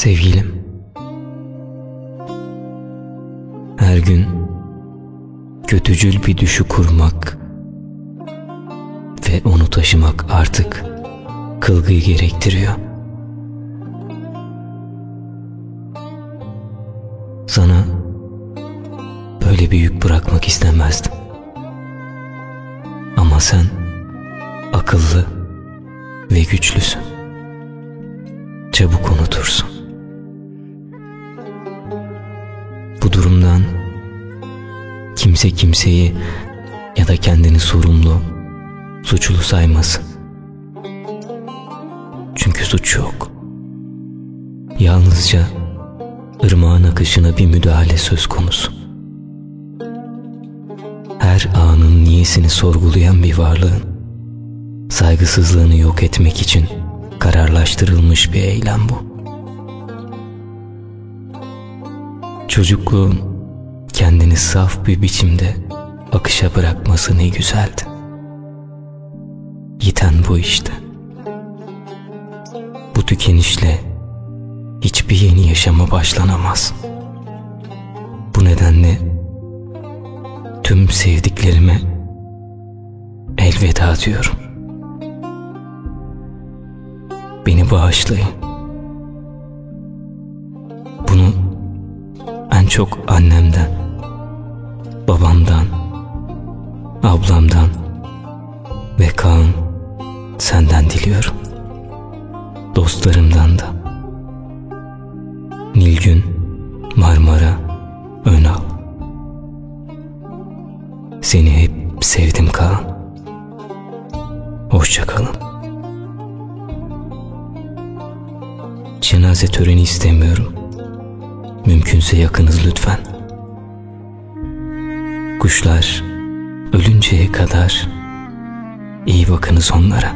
Sevgilim, her gün kötücül bir düşü kurmak ve onu taşımak artık kılgıyı gerektiriyor. Sana böyle bir yük bırakmak istemezdim. Ama sen akıllı ve güçlüsün. Çabuk unutursun. Bu durumdan kimse kimseyi ya da kendini sorumlu, suçlu saymasın. Çünkü suç yok. Yalnızca ırmağın akışına bir müdahale söz konusu. Her anın niyesini sorgulayan bir varlığın saygısızlığını yok etmek için kararlaştırılmış bir eylem bu. Çocukluğun kendini saf bir biçimde akışa bırakması ne güzeldi. Yiten bu işte. Bu tükenişle hiçbir yeni yaşama başlanamaz. Bu nedenle tüm sevdiklerime elveda diyorum. Beni bağışlayın. Bunu en çok annemden, babamdan, ablamdan ve Kaan, senden diliyorum. Dostlarımdan da. Nilgün, Marmara, Önal. Seni hep sevdim Kaan. Hoşça kalın. Cenaze töreni istemiyorum. Mümkünse yakınız lütfen. Kuşlar ölünceye kadar iyi bakınız onlara.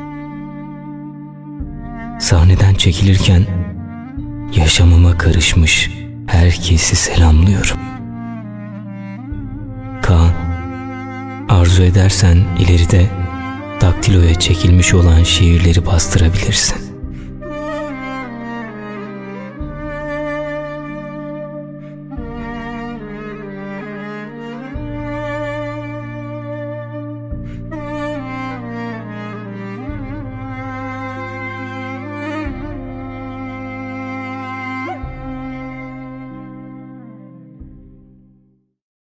Sahneden çekilirken yaşamıma karışmış herkesi selamlıyorum. Kaan, arzu edersen ileride daktiloya çekilmiş olan şiirleri bastırabilirsin.